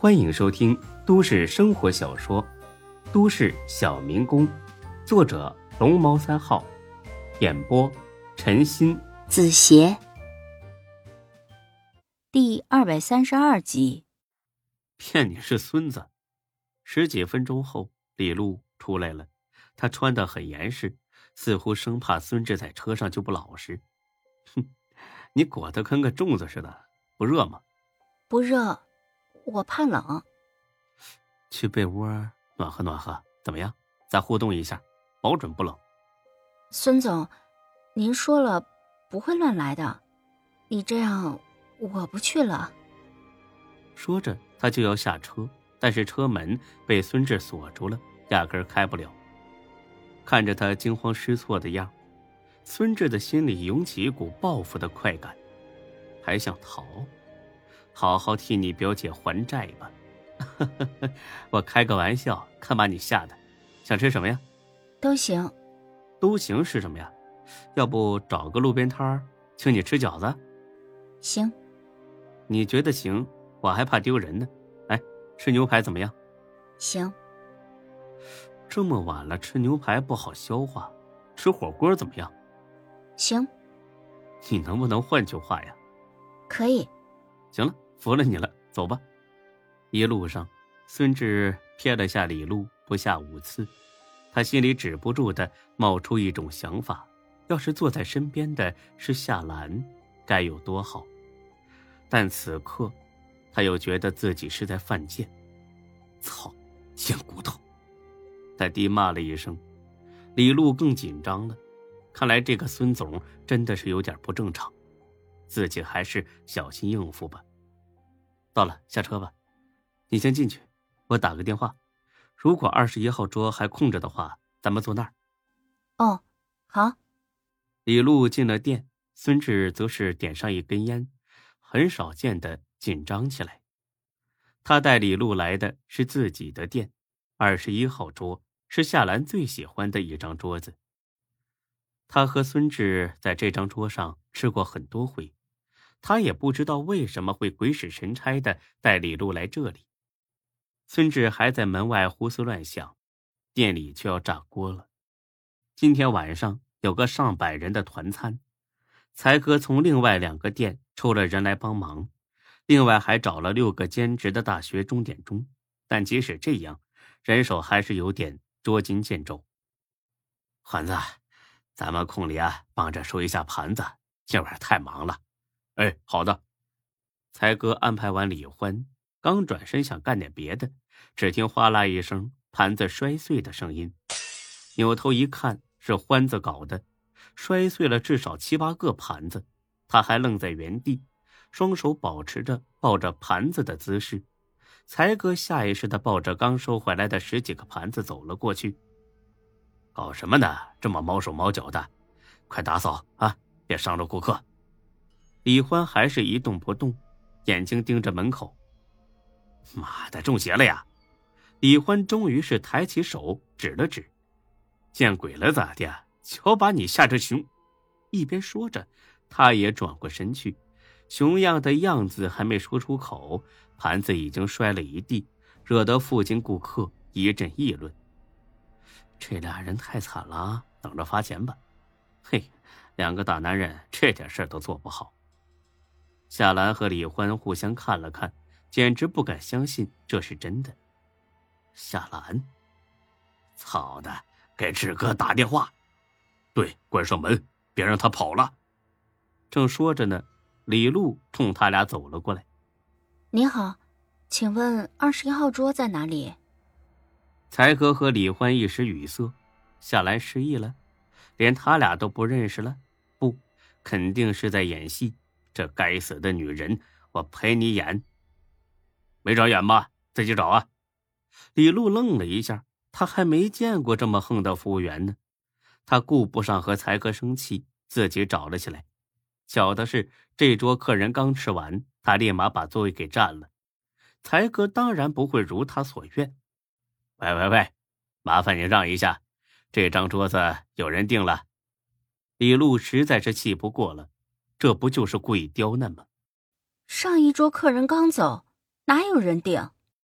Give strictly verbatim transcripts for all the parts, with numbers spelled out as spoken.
欢迎收听都市生活小说《都市小民工》，作者龙猫三号，演播陈鑫、 子邪，第二百三十二集。 骗你是孙子。十几分钟后，李璐出来了，他穿得很严实，似乎生怕孙志在车上就不老实。哼，你裹得跟个粽子似的，不热吗？ 不热，我怕冷。 去被窝暖和暖和，怎么样？再互动一下，保准不冷。 孙总，您说了不会乱来的，你这样我不去了。 说着他就要下车，但是车门被孙志锁住了，压根儿开不了。看着他惊慌失措的样，孙志的心里涌起一股报复的快感，还想逃？好好替你表姐还债吧。我开个玩笑，看把你吓的。想吃什么呀？ 都行。 都行是什么呀？要不找个路边摊儿请你吃饺子？ 行。 你觉得行，我还怕丢人呢。哎，吃牛排怎么样？ 行。 这么晚了吃牛排不好消化，吃火锅怎么样？ 行。 你能不能换句话呀？ 可以。 行了，服了你了，走吧。一路上，孙志瞥了下李璐不下五次，他心里止不住的冒出一种想法：要是坐在身边的是夏兰，该有多好。但此刻，他又觉得自己是在犯贱。操，贱骨头！他低骂了一声。李璐更紧张了，看来这个孙总真的是有点不正常，自己还是小心应付吧。到了，下车吧。你先进去，我打个电话。如果二十一号桌还空着的话，咱们坐那儿。 哦，好。 李璐进了店，孙志则是点上一根烟，很少见的紧张起来。他带李璐来的是自己的店，二十一号桌是夏兰最喜欢的一张桌子。他和孙志在这张桌上吃过很多回，他也不知道为什么会鬼使神差的带李璐来这里。孙志还在门外胡思乱想，店里就要炸锅了。今天晚上有个上百人的团餐，才哥从另外两个店抽了人来帮忙，另外还找了六个兼职的大学钟点钟，但即使这样，人手还是有点捉襟见肘。环子，咱们空里啊，帮着收一下盘子，今晚太忙了。哎，好的。才哥安排完李欢，刚转身想干点别的，只听哗啦一声，盘子摔碎的声音。扭头一看，是欢子搞的，摔碎了至少七八个盘子。他还愣在原地，双手保持着抱着盘子的姿势。才哥下意识地抱着刚收回来的十几个盘子走了过去。搞什么呢？这么毛手毛脚的，快打扫啊，别伤着顾客。李欢还是一动不动，眼睛盯着门口。妈的，中邪了呀！李欢终于是抬起手指了指。见鬼了咋的？瞧把你吓着熊！一边说着，他也转过身去，熊样的样子还没说出口，盘子已经摔了一地，惹得附近顾客一阵议论。这俩人太惨了，等着罚钱吧。嘿，两个大男人这点事都做不好。夏兰和李欢互相看了看，简直不敢相信这是真的。夏兰，操的，给志哥打电话。对，关上门，别让他跑了。正说着呢，李璐冲他俩走了过来。 你好，请问二十一号桌在哪里？ 才哥和李欢一时语塞，夏兰失忆了，连他俩都不认识了。不，肯定是在演戏。这该死的女人，我陪你演。没长眼吧？自己找啊。李璐愣了一下，他还没见过这么横的服务员呢。他顾不上和才哥生气，自己找了起来。巧的是，这桌客人刚吃完，他立马把座位给占了。才哥当然不会如他所愿。喂喂喂，麻烦你让一下，这张桌子有人订了。李璐实在是气不过了，这不就是故意刁难吗？ 上一桌客人刚走，哪有人订？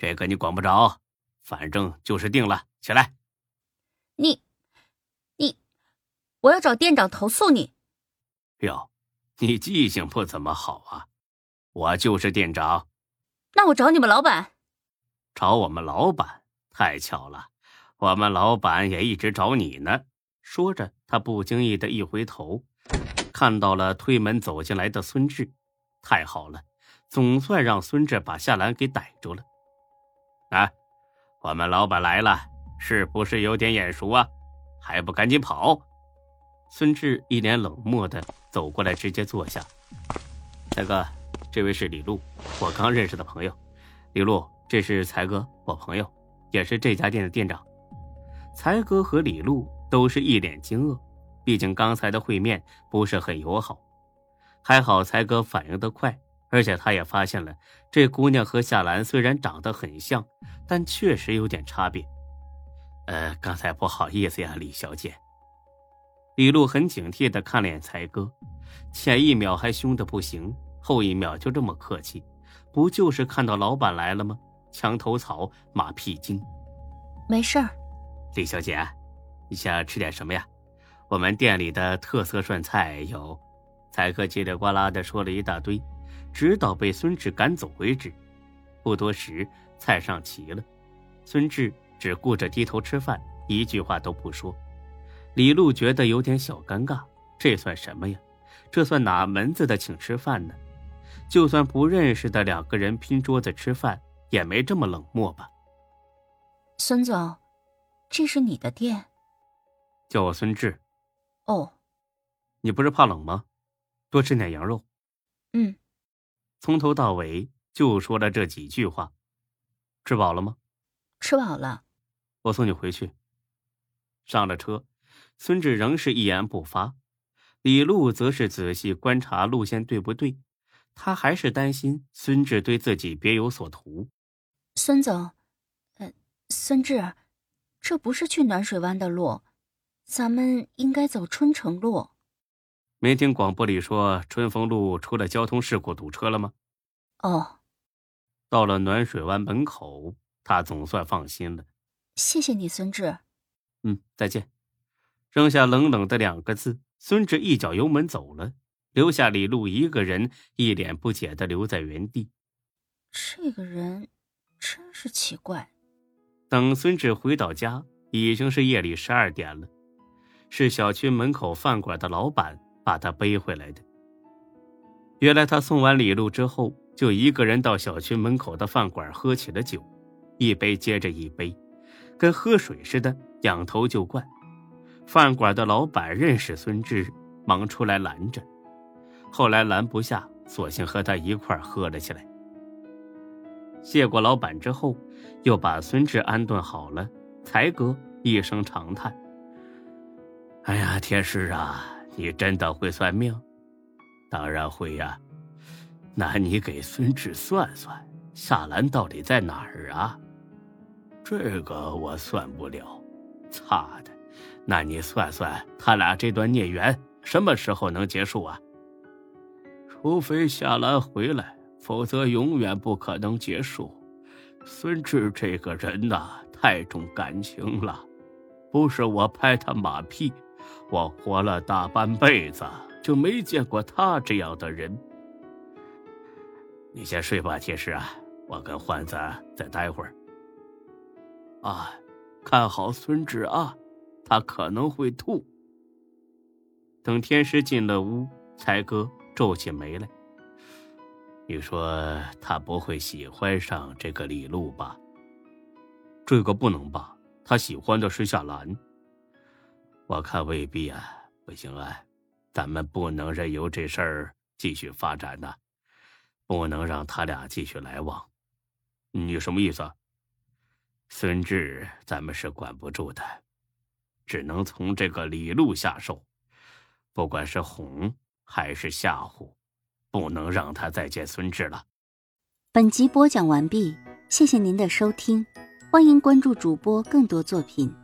这个你管不着，反正就是定了，起来。 你你我要找店长投诉你。 哟，你记性不怎么好啊，我就是店长。 那我找你们老板。 找我们老板？太巧了，我们老板也一直找你呢。说着，他不经意的一回头，看到了推门走进来的孙志。太好了，总算让孙志把夏兰给逮住了。啊，我们老板来了，是不是有点眼熟啊？还不赶紧跑！孙志一脸冷漠的走过来，直接坐下。才哥，这位是李璐，我刚认识的朋友。李璐，这是才哥，我朋友，也是这家店的店长。才哥和李璐都是一脸惊愕，毕竟刚才的会面不是很友好。还好才哥反应得快，而且他也发现了这姑娘和夏兰虽然长得很像，但确实有点差别。呃，刚才不好意思呀，李小姐。李璐很警惕地看了眼才哥，前一秒还凶得不行，后一秒就这么客气，不就是看到老板来了吗？墙头草，马屁精。 没事儿。 李小姐，你想吃点什么呀？我们店里的特色涮菜有……才哥叽里呱啦地说了一大堆，直到被孙志赶走为止。不多时，菜上齐了，孙志只顾着低头吃饭，一句话都不说。李璐觉得有点小尴尬，这算什么呀？这算哪门子的请吃饭呢？就算不认识的两个人拼桌子吃饭，也没这么冷漠吧？ 孙总，这是你的店？ 叫我孙志。 哦。 你不是怕冷吗？多吃点羊肉。 嗯。 从头到尾就说了这几句话。吃饱了吗？ 吃饱了。 我送你回去。上了车，孙志仍是一言不发，李璐则是仔细观察路线对不对，他还是担心孙志对自己别有所图。 孙总，呃，孙志，这不是去暖水湾的路，咱们应该走春城路。 没听广播里说春风路出了交通事故堵车了吗？ 哦。 到了暖水湾门口，他总算放心了。 谢谢你，孙志。 嗯，再见。扔下冷冷的两个字，孙志一脚油门走了，留下李璐一个人一脸不解地留在原地。 这个人真是奇怪。 等孙志回到家，已经是夜里十二点了，是小区门口饭馆的老板把他背回来的。原来他送完李璐之后，就一个人到小区门口的饭馆喝起了酒，一杯接着一杯，跟喝水似的，仰头就灌。饭馆的老板认识孙志，忙出来拦着，后来拦不下，索性和他一块喝了起来。谢过老板之后，又把孙志安顿好了，才哥一声长叹：哎呀，天师啊，你真的会算命？当然会呀。那你给孙志算算，夏兰到底在哪儿啊？这个我算不了。擦的，那你算算他俩这段孽缘什么时候能结束啊？除非夏兰回来，否则永远不可能结束。孙志这个人呐，太重感情了，不是我拍他马屁，我活了大半辈子就没见过他这样的人。你先睡吧，铁石啊，我跟焕子再待会儿。啊，看好孙志啊，他可能会吐。等天师进了屋，才哥皱起眉来。你说他不会喜欢上这个李璐吧？这个不能吧，他喜欢的是夏兰。我看未必啊，不行啊，咱们不能任由这事儿继续发展呐、啊，不能让他俩继续来往。你什么意思啊？孙志咱们是管不住的，只能从这个李璐下手，不管是哄还是吓唬，不能让他再见孙志了。 本集播讲完毕，谢谢您的收听，欢迎关注主播更多作品。